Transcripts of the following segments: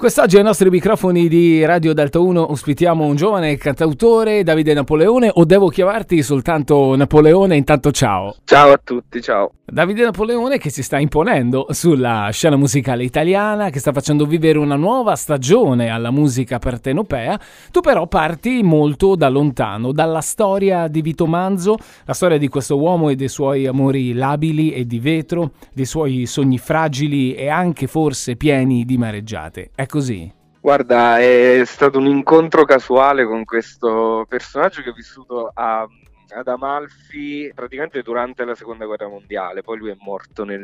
Quest'oggi ai nostri microfoni di Radio Delta 1 ospitiamo un giovane cantautore, Davide Napoleone, o devo chiamarti soltanto Napoleone? Intanto ciao. Ciao a tutti, ciao. Davide Napoleone che si sta imponendo sulla scena musicale italiana, che sta facendo vivere una nuova stagione alla musica partenopea. Tu però parti molto da lontano, dalla storia di Vito Manzo, la storia di questo uomo e dei suoi amori labili e di vetro, dei suoi sogni fragili e anche forse pieni di mareggiate. È così? Guarda, è stato un incontro casuale con questo personaggio che ho vissuto ad Amalfi praticamente durante la seconda guerra mondiale. Poi lui è morto nel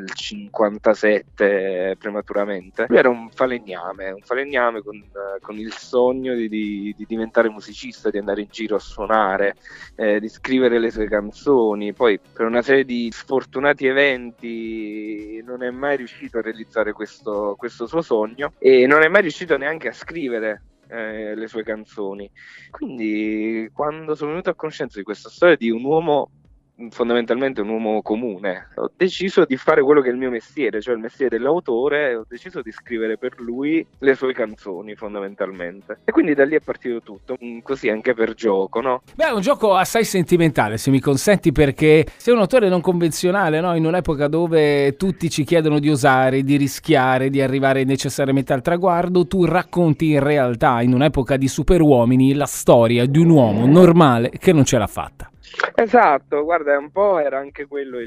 57 prematuramente. Lui era un falegname con il sogno di diventare musicista, di andare in giro a suonare, di scrivere le sue canzoni. Poi per una serie di sfortunati eventi non è mai riuscito a realizzare questo suo sogno e non è mai riuscito neanche a scrivere le sue canzoni. Quindi quando sono venuto a conoscenza di questa storia di un uomo, fondamentalmente un uomo comune, ho deciso di fare quello che è il mio mestiere, cioè il mestiere dell'autore, e ho deciso di scrivere per lui le sue canzoni fondamentalmente, e quindi da lì è partito tutto, così anche per gioco, no? Beh, è un gioco assai sentimentale, se mi consenti, perché sei un autore non convenzionale, no? In un'epoca dove tutti ci chiedono di osare, di rischiare, di arrivare necessariamente al traguardo, tu racconti in realtà, in un'epoca di superuomini, la storia di un uomo normale che non ce l'ha fatta. Esatto, guarda, un po' era anche quello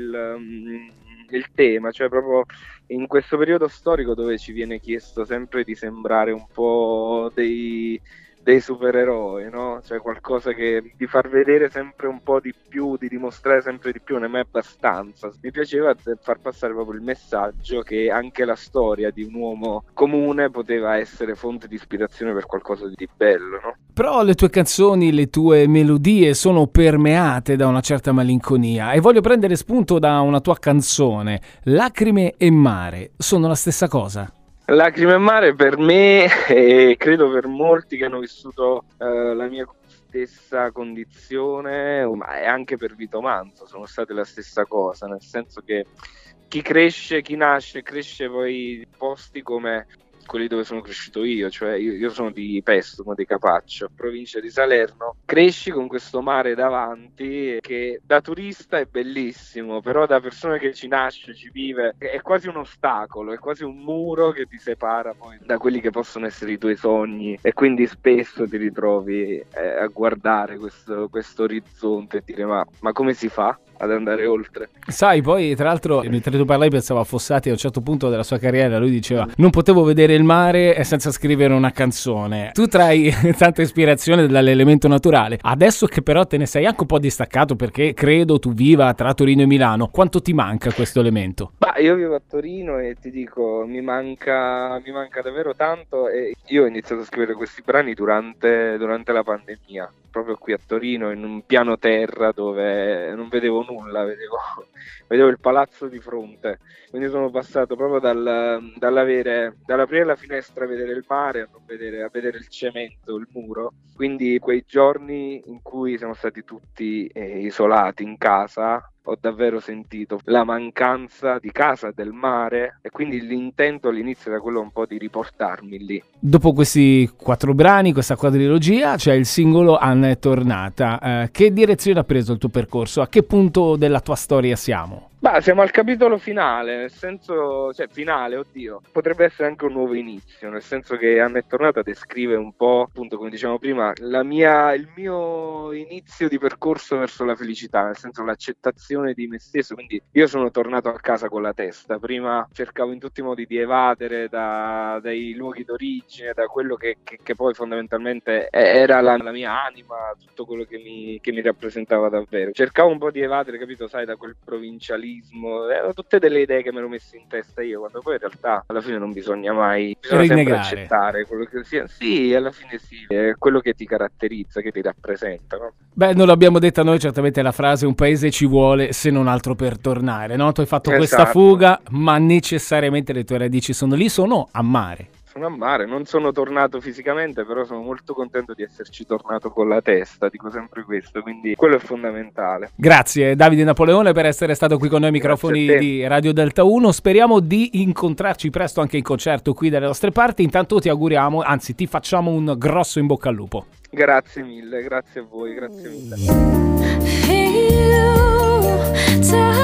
il tema, cioè proprio in questo periodo storico dove ci viene chiesto sempre di sembrare un po' dei supereroi, no? Cioè qualcosa di far vedere sempre un po' di più, di dimostrare sempre di più, non è mai abbastanza. Mi piaceva far passare proprio il messaggio che anche la storia di un uomo comune poteva essere fonte di ispirazione per qualcosa di bello, no? Però le tue canzoni, le tue melodie sono permeate da una certa malinconia, e voglio prendere spunto da una tua canzone. Lacrime e mare sono la stessa cosa? Lacrime e mare per me, e credo per molti che hanno vissuto la mia stessa condizione, ma anche per Vito Manzo sono state la stessa cosa, nel senso che chi nasce, cresce poi in posti come quelli dove sono cresciuto io, cioè io sono di Pesto, di Capaccio, provincia di Salerno. Cresci con questo mare davanti che da turista è bellissimo, però da persona che ci nasce, ci vive, è quasi un ostacolo, è quasi un muro che ti separa poi da quelli che possono essere i tuoi sogni, e quindi spesso ti ritrovi a guardare questo orizzonte e dire ma come si fa ad andare oltre? Sai, poi tra l'altro mentre tu parlavi pensavo a Fossati. A un certo punto della sua carriera lui diceva: non potevo vedere il mare senza scrivere una canzone. Tu trai tanta ispirazione dall'elemento naturale, adesso che però te ne sei anche un po' distaccato, perché credo tu viva tra Torino e Milano, quanto ti manca questo elemento? Io vivo a Torino e ti dico, mi manca davvero tanto, e io ho iniziato a scrivere questi brani durante la pandemia, proprio qui a Torino, in un piano terra dove non vedevo nulla, vedevo il palazzo di fronte, quindi sono passato proprio dall'aprire la finestra a vedere il mare a vedere il cemento, il muro. Quindi quei giorni in cui siamo stati tutti isolati in casa, ho davvero sentito la mancanza di casa, del mare, e quindi l'intento all'inizio era quello un po' di riportarmi lì. Dopo questi 4 brani, questa quadrilogia, c'è il singolo Anna è tornata. Che direzione ha preso il tuo percorso? A che punto della tua storia siamo? Siamo al capitolo finale, nel senso, cioè finale, oddio, potrebbe essere anche un nuovo inizio, nel senso che Anna è tornata descrive un po', appunto come dicevamo prima, il mio inizio di percorso verso la felicità, nel senso l'accettazione di me stesso. Quindi io sono tornato a casa con la testa, prima cercavo in tutti i modi di evadere dai luoghi d'origine, da quello che poi fondamentalmente era la mia anima, tutto quello che mi rappresentava davvero. Cercavo un po' di evadere, capito, sai, da quel provincialismo. Erano tutte delle idee che mi ero messo in testa io, quando poi in realtà alla fine non bisogna mai, bisogna sempre accettare quello che sia. Sì, alla fine sì, è quello che ti caratterizza, che ti rappresenta, no? Beh, non l'abbiamo detta noi, certamente la frase "un paese ci vuole se non altro per tornare", no? Tu hai fatto questa fuga, ma necessariamente le tue radici sono lì, sono a mare. Sono a mare, non sono tornato fisicamente, però sono molto contento di esserci tornato con la testa, dico sempre questo, quindi quello è fondamentale. Grazie Davide Napoleone per essere stato qui con noi ai microfoni di Radio Delta 1, speriamo di incontrarci presto anche in concerto qui dalle nostre parti, intanto ti auguriamo, anzi ti facciamo un grosso in bocca al lupo. Grazie mille, grazie a voi, grazie mille.